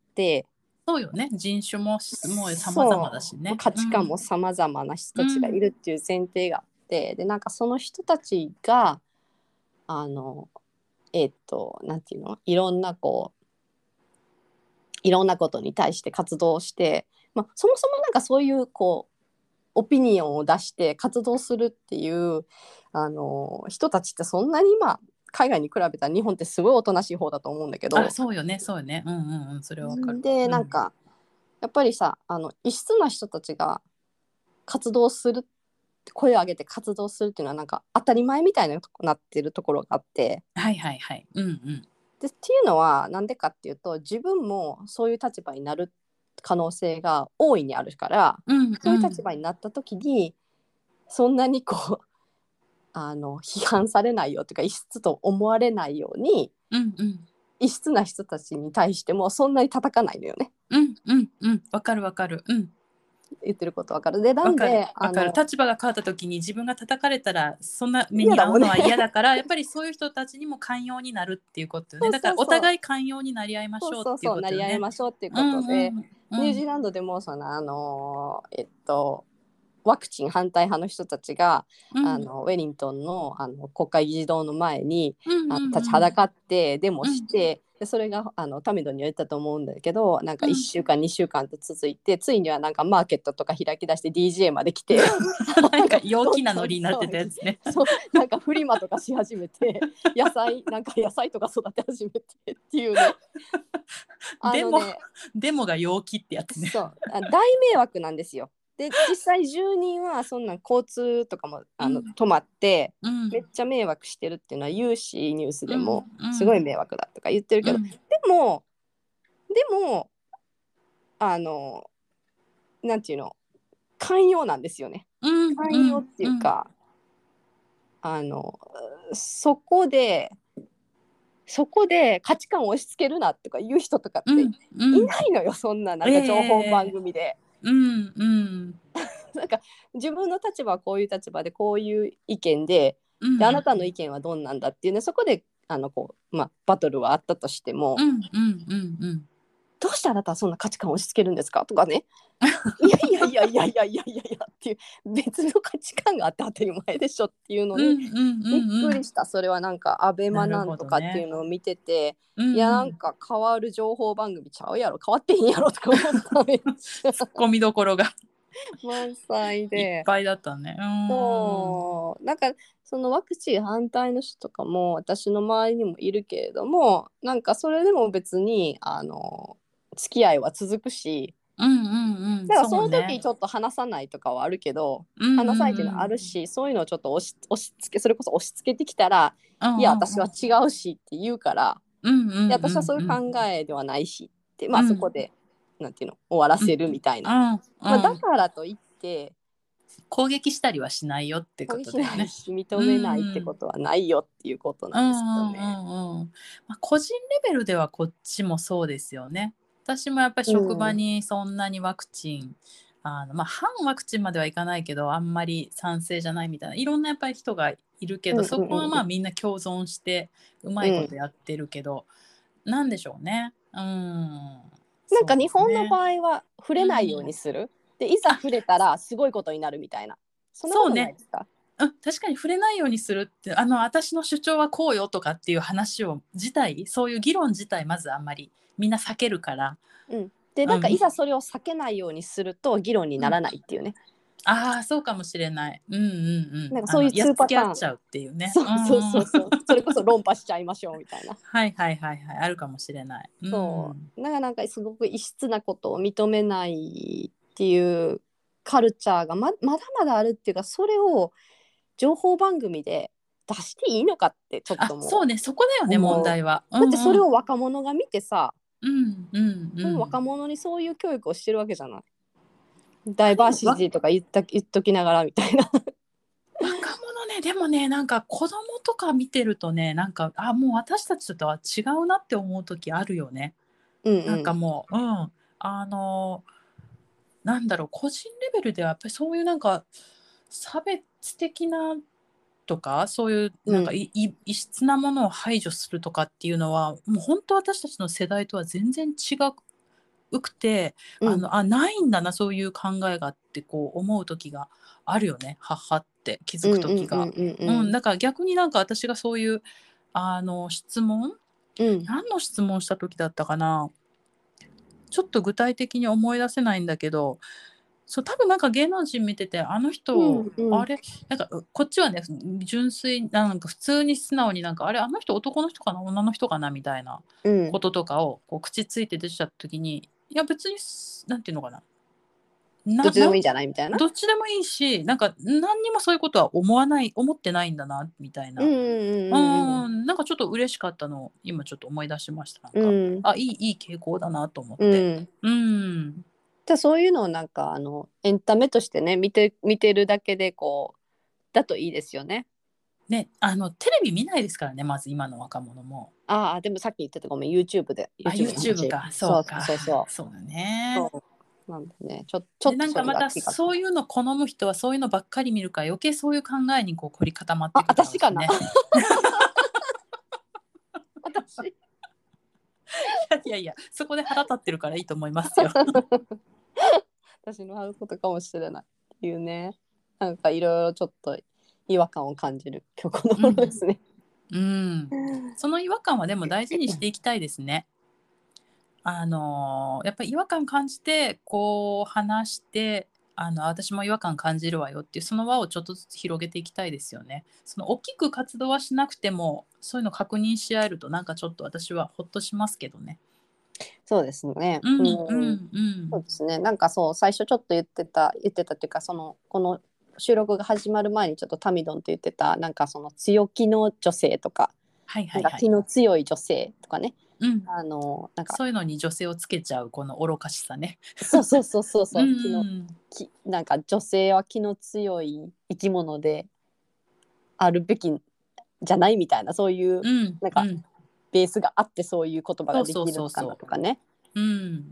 そうよね。人種ももう様々だしそうね。 価値観も様々な人うん。 たちがいるっていう前提があって、でなんかその人たちがあのえっとなんていうの、いろんなこういろんなことに対して活動して、まあ、そもそもなんかそういうこうオピニオンを出して活動するっていうあの人たちってそんなに今海外に比べたら日本ってすごいおとなしい方だと思うんだけあ、 ど、 そうよね、そうよね。うんうんうん、それはわかるわ。うん。 でなんかやっぱりさ、あの異質な人たちが活動する、声を上げて活動するっていうのはなんか当たり前みたいなとこなってるところがあって、 はいはいはい。うんうん。 でっていうのはなんでかっていうと、自分もそういう立場になる可能性が大いにあるから、 うんそういう立うん。 場になった時にそんなにこうあの批判されないよというか異質と思われないように、 うんうん。 異質な人たちに対してもそんなに叩かないのよね。 うんうんうん。わかるわかる。うん。 言ってることわかる。でなわかるんでわかる。 あの立場が変わった時に自分が叩かれたらそんな目嫌だもんね。 に遭うのは嫌だから、やっぱりそういう人たちにも寛容になるっていうことよね。 そうだからそうそう。 お互い寛容になり合いましょうっていうそうそうそう、なり合いことよね。 ましょうっていううんことで、 うんうニュージんーランドでもそのあのえっとワクチン反対派の人たちがうんあのウェリントンの、あの国会議事堂の前にうんあの立ちはうんだかってデモうんして、でそれがあのタミドには言ったと思うんだけど、なんかうん。 いっしゅうかんにしゅうかんと続いて、ついにはなんかマーケットとか開き出して ディージェー まで来てなんかあの陽気などんどんノリになって騒ぎ、 たやつね。 そうなんかフリマとかし始めて、野菜なんか野菜とか育て始めてっていうね、あでものねでもが陽気ってやつね。 そうあ大迷惑なんですよ。で実際住人はそんなん交通とかもあのうん止まってうんめっちゃ迷惑してるっていうのは言うし、ニュースうんでもすごいうん迷惑だとか言ってるけど、 うんでもでもあのなんていうの、寛容なんですよね。 うんう寛容っていんうんうか、あのそこでそこで価値観を押し付けるなとか言う人とかってうんういん。 ないのよ、そんななんえか情報番え、 組で。 うんうんなんか自分の立場はこういう立場でこういう意見で、であうんなたの意見はどうなんだっていうね、そこであのこう、まあ、バトルはあったとしても、 うんうんうんうん。 どうしてあなたはそんな価値観を押し付けるんですかとかね、いやいやいやいやいやいやいやいやっていう、別の価値観があって当たり前でしょっていうのにうんうんびっうんうん。 くりした。それはなんかアベマなんなるほとかっていうどね。 のを見てて、 うんいやなんうん。 か変わる情報番組ちゃうやろ、変わってへんやろとか思っためっちゃツッコミどころが満載で。 いっぱいだったね。うーん。 そうなんかそのワクチン反対の人とかも私の周りにもいるけれども、なんかそれでも別にあの付き合いは続くし、 うんうんうん。 だからそのそうね。 時ちょっと話さないとかはあるけど、 うんうん話さないっていうのはあうん。 るし、そういうのをちょっと押し押し付け、それこそ押し付けてきたら、 うんいやうんうん。 私は違うしって言うから、 うんうんいや私はそういううんうん。 考えではないしって、まうん。 あそこでなんていうの終わらうん。 せるみたいな、 うんまあ、だうん。 からといって攻撃したりはしないよってこ攻撃しないとだよね。 しう認めないってこん。 とはないよっていうことうんうなんですよんうね。 んうん。まあ、個人レベルではこっちもそうですよね。私もやっぱりう職場ん、 にそんなにワクチン、あの、まあ、反ワクチンまではいかないけど、あんまり賛成じゃないみたいな、いろんなやっぱり人がいるけど、 うんうんそこはうんまあみんな共存してうまいことうん。 やってるけど、なんでしょうね。うん、そうなんか日ですね。 本の場合は触うれないようにん。 する。で、いざあ、 触れたらすごいことになるみたいな。そんなことないそうね。 ですか？ うん、確かに触れないようにするって、あの、私の主張はこうよとかっていう話を自体、そういう議論自体まずあんまりみんな避けるから、 うん。で、なんかいうん、 ざそれを避けないようにすると議論にうん。 ならないっていうね。 ああ、そうかもしれない。うんうんうん。あの、 なんかそういうやっつけツーパターン。 合っちゃうっていうね。 そうそううんうん。 そうそう。それこそ論破しちゃいましょうみたいな。 はいはいはいはい。あるかもしれない。うそん。 う。だからなんかすごく異質なことを認めないっていうカルチャーがままだまだあるっていうか、それを情報番組で出していいのかってちょっあ、 ともそうね、そこだようね、問思う。 題は。うだってそんうん。 れを若者が見てさ、 うんうんうその若ん。 者にそういう教育をしてるわけじゃない。ダイでも、わバーシティとか言った言っときながらみたいな。 若者ね、でもね、なんか子供とか見てるとね、なんか、あ、もう私たちとは違うなって思う時あるよね。 うんなんかうん。 もう、うん、あの、なんだろう、個人レベルではやっぱりそういうなんか差別的なとかそういうなんかい、い異質なものを排除するとかっていうのはもう本当私たちの世代とは全然違うくて、 うんあのあないんだなそういう考えがってこう思う時があるよね、はっはって気づく時が。 うんうんうんうんうん、だから逆になんか私がそういうあの質問うん何の質問した時だったかな、ちょっと具体的に思い出せないんだけど、そう多分なんか芸能人見ててあの人、 うんうんあれなんかうこっちはね純粋なんか普通に素直になんかあれあの人男の人かな女の人かなみたいなうんこととかをこう口ついて出ちゃった時に、いや別にすなんていうのかな、ななんどっちでもいいんじゃないみたいな。 どっちでもいいし、なんか何にもそういうことは思わない思ってないんだなみたいな。 うんうんううんん、なんかちょっと嬉しかったのを今ちょっと思い出しました。なんか、 うんうんあ、いいいい傾向だなと思っうて。 ん。 うん。 じゃあそういうのをなんかあのエンタメとしてね見て見てるだけでこうだといいですよね。 ね、あのテレビ見ないですからね、まず今の若者も。 ああでもさっき言ってたごめん YouTube であ、 YouTube の YouTube 話。 か、そそううか、 そうそそうだうね。 そうなんでねちょちょで、 っとそれなんかまたが違った。 そういうの好む人はそういうのばっかり見るから余計そういう考えにこう凝り固まってあいくだろう私かなしね。 私いやいや、そこで腹立ってるからいいと思いますよ。 私のアウトかもしれないっていうね、なんかいろいろちょっと違和感を感じる今日この頃ですね。 うん、その違和感はでも大事にしていきたいですね。あのやっぱり違和感感じてこう話して、あの私も違和感感じるわよっていうその輪をちょっとずつ広げていきたいですよね。その大きく活動はしなくてもそういうの確認し合えるとなんかちょっと私はほっとしますけどね。 そうですね。 うんうん、 うんうんそうですね。なんかそう最初ちょっと言ってた言ってたっていうかそのこの収録が始まる前にちょっとタミドンって言ってたなんかその強気の女性とか、 はいはいはい。 なんか気の強い女性とかね。 うん、 あのなんかそういうのに女性をつけちゃうこの愚かしさね。 そうそうそうそううんそう気のきなんか女性は気の強い生き物であるべきじゃないみたいなそういううんなんかうん、 ベースがあってそういう言葉がでそうそうきるのかなそうそとかね。 う。うん、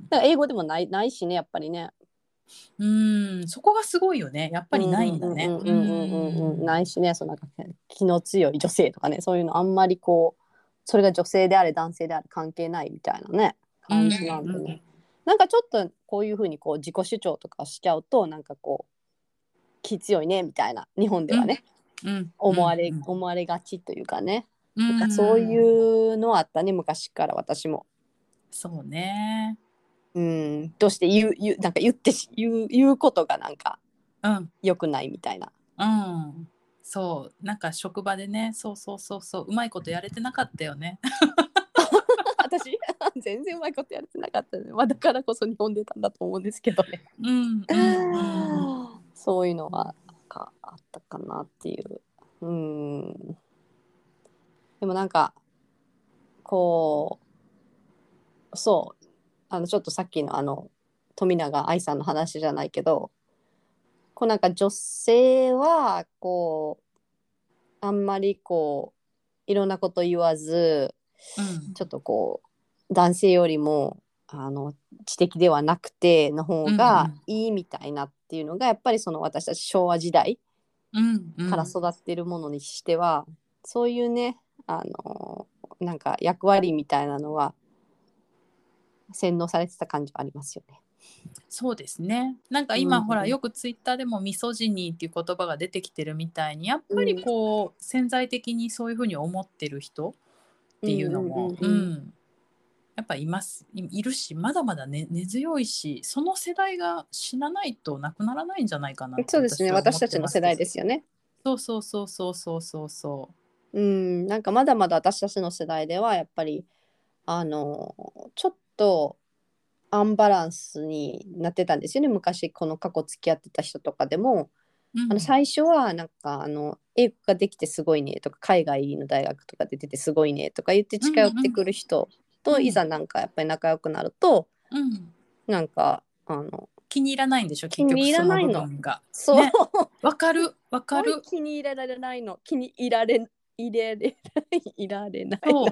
だから英語でもないないしねやっぱりね。 うん、そこがすごいよね。やっぱりないんだね。ううんうんうんうんうんないしねそのなんか気の強い女性とかねそういうのあんまりこうそれが女性であれ男性であれ関係ないみたいなね感じなんでね、 うんうんなんかちょっとこういうふうにこう自己主張とかしちゃうとなんかこう気強いねみたいな日本ではね、 うん思われ、 うん思われがちというかね、 うんなんかそういうのあったね昔から私も。 そうね。 うんどうして言う言うなんか言ってし言う言うことがなんかうん良くないみたいな。 うんそうなんか職場でね、そうそうそうそううまいことやれてなかったよね。 私全然うまいことやれてなかったね、まあ、だからこそ日本出たんだと思うんですけどね。 うんうんうんそういうのはなんかあったかなっていう。うんでもなんかこうそうあのちょっとさっきのあの富永愛さんの話じゃないけどこうなんか女性はこうあんまりこういろんなこと言わずうんちょっとこう男性よりもあの知的ではなくての方うんがいいみたいなっていうのがやっぱりその私たち昭和時代うんうんから育ってるものにしては、そういうねあのなんか役割みたいなのは洗脳されてた感じはありますよね。 そうですね。なんかうん今ほらよくツイッターでもミソジニーっていう言葉が出てきてるみたいにやっぱりうんこう潜在的にそういうふうに思ってる人っていうのも、 うんうんうんうんうんやっぱいますいいるしまだまだ、ね、根強いしその世代が死なないとなくならないんじゃないかなってそうですね私は思っ私たちの世てますけど。 代ですよね。 そうそうそうそうそうそうそうんなんかまだまだ私たちの世代ではやっぱりあのちょっとアンバランスになってたんですよね昔この過去付き合ってた人とかでもう、うんあの最初はなんかあの英語ができてすごいねとか海外の大学とかで出ててすごいねとか言って近寄ってくる人とうんいざなんかやっぱり仲良くなるとうんなんかあの気に入らないんでしょ気に入結局そのらないの。 部分が。 そう、 ねわかるわすごいかる。 気に入られないの気に入られ入れれいられないの。 そう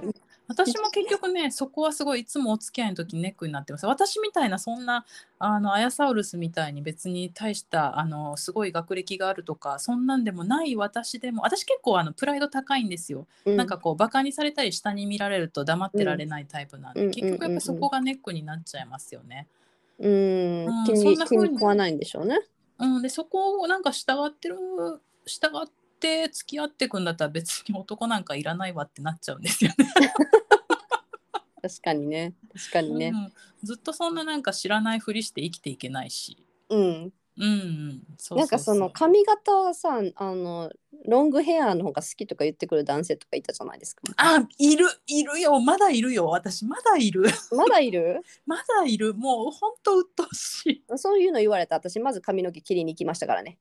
私も結局ねそこはすごいいつもお付き合いの時ネックになってます。私みたいなそんなあのアヤサウルスみたいに別に大したあのすごい学歴があるとかそんなんでもない私でも、私結構あのプライド高いんですよ。 うんなんかこうバカにされたり下に見られると黙ってられないタイプなんで、 うん結局やっぱそうんうんこがネックになっちゃいますよね。 うんうん、気うん、そんに気な風に、 に食わないんでしょうね。 うん、でそこをなんか従ってる従って付き合っていくんだったら別に男なんかいらないわってなっちゃうんですよね。 確かにね、確かにね。 うん、ずっとそんななんか知らないふりして生きていけないし。 うん。 うんうん、そうなんかそうそう。 その髪型はさ、あのロングヘアの方が好きとか言ってくる男性とかいたじゃないですか。 あ、いるいるよ、まだいるよ、私まだいる。 まだいる？ まだいる、もうほんと鬱陶しい。 そういうの言われた私まず髪の毛切りに行きましたからね。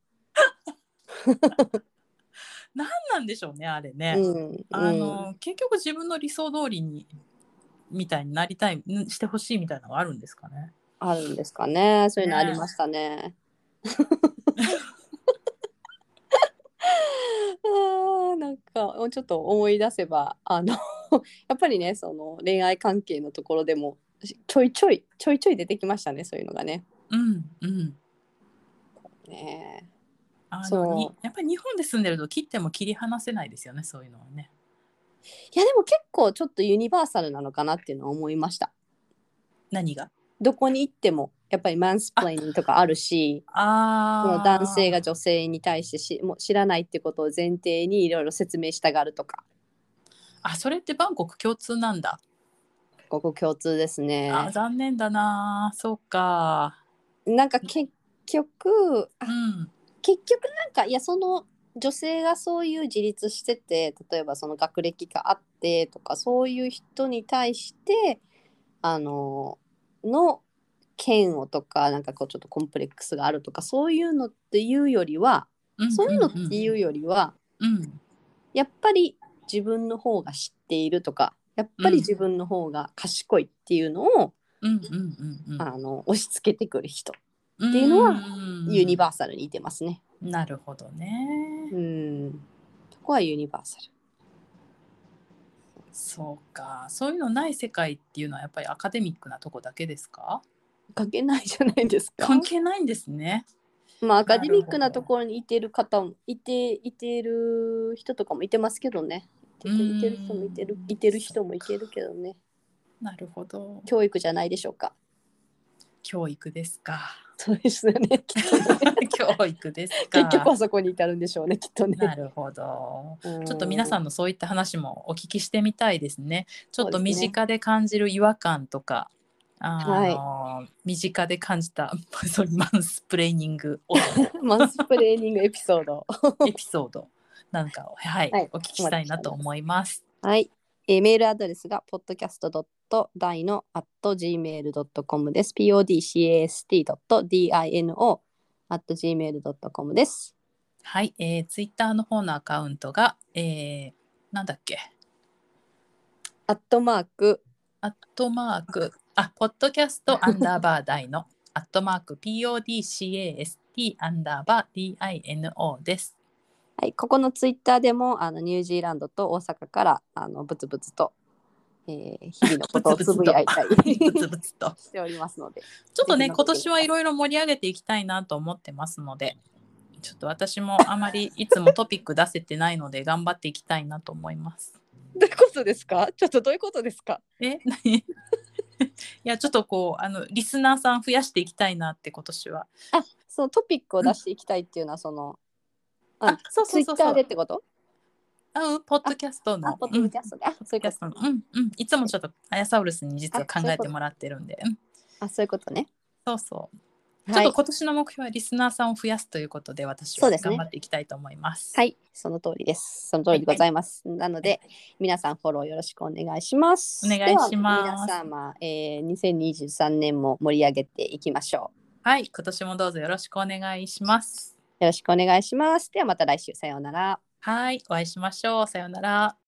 なんなんでしょうねあれね。 うんあうん、 の結局自分の理想通りにみたいになりたい、んしてほしいみたいなのがあるんですかね。 あるんですかね。そういうのありねましたね。あーなんかちょっと思い出せばあのやっぱりねその恋愛関係のところでもちょいちょいちょいちょい出てきましたね、そういうのがね。 うんうん。 ねあのにそうやっぱり日本で住んでると切っても切り離せないですよね、そういうのはね。 いやでも結構ちょっとユニバーサルなのかなっていうのは思いました。 何が？ どこに行ってもやっぱりマンスプレーニングとかあるし、そのあー男性が女性に対してしもう知らないってことを前提にいろいろ説明したがるとか。 あ、それってバンコク共通なんだ。 ここ共通ですあ、 ね。 残念だな。そうか。 なんか結局あうん結局なんかいやその女性がそういう自立してて、例えばその学歴があってとかそういう人に対してあのの嫌悪とかなんかこうちょっとコンプレックスがあるとかそういうのっていうよりは、 うんそういうのっていうよりはうんやっぱり自分の方が知っているとかやっぱり自分の方が賢いっていうのを、 うんうんうんあの押し付けてくる人うんっていうのはうんユニバーサルにいてますね。 なるほどね。 うんそこはユニバーサル。 そうか。そういうのない世界っていうのはやっぱりアカデミックなとこだけですか？ 関係ないじゃないですか。 関係ないんですね。 まあアカデミックなところにいてる方もいていてる人とかもいてますけどね。いてるいてる人もいてるいてる人もいてるけどね。 なるほど。 教育じゃないでしょうか。 教育ですか。 そうですよね。きっとね教育ですか。 結局はそこに至るんでしょうねきっとね。 なるほど。 うんちょっと皆さんのそういった話もお聞きしてみたいですね。ちょっと身そうですね近で感じる違和感とか、あのはい身近で感じたそういうマンスプレーニングマンスプレーニングエピソード。 エピソードなんかを、はいはいお聞きしたいなと思います。 はい、えーメールアドレスが ポッドキャストドットダイノアットジーメールドットコム です。ピーオーディーキャストドットディーアイエヌオーアットジーメールドットコム です。 はい、えー、ツイッターの方のアカウントが、えー、なんだっけ、 アットマークアットマーク、あ、ポッドキャストアンダーバーダイノ、アットマーク ピーオーディーキャスト アンダーバー ディーアイエヌオー です。 はい、ここのツイッターでもあのニュージーランドと大阪からあのブツブツと、えー日々のことをつぶやいたりブツブツとしておりますので、 ちょっとねぜひ今年はいろいろ盛り上げていきたいなと思ってますので、ちょっと私もあまりいつもトピック出せてないので頑張っていきたいなと思います。 どういうことですか？ちょっとどういうことですか？ え何いやちょっとこうあのリスナーさん増やしていきたいなって今年は。 あ、そのトピックを出していきたいっていうのは、そのあ、そうそうそうそう。 ツイッターでってこと？ あ、ポッドキャストの。 あ、ポッドキャストで、あ、そういうこと。 うんうん、いつもちょっとアヤサウルスに実は考えてもらってるんで。うん、 あ、そういうことね。 そうそう。 はい、 ちょっと今年の目標はリスナーさんを増やすということで、私は頑張っていきたいと思います。 はい、その通りです。その通りでございます。はい、なので、皆さんフォローよろしくお願いします。 お願いします。 皆様、えー、にせんにじゅうさんねんも盛り上げていきましょう。はい、今年もどうぞよろしくお願いします。 よろしくお願いします。ではまた来週、さようなら。 はい、お会いしましょう。さようなら。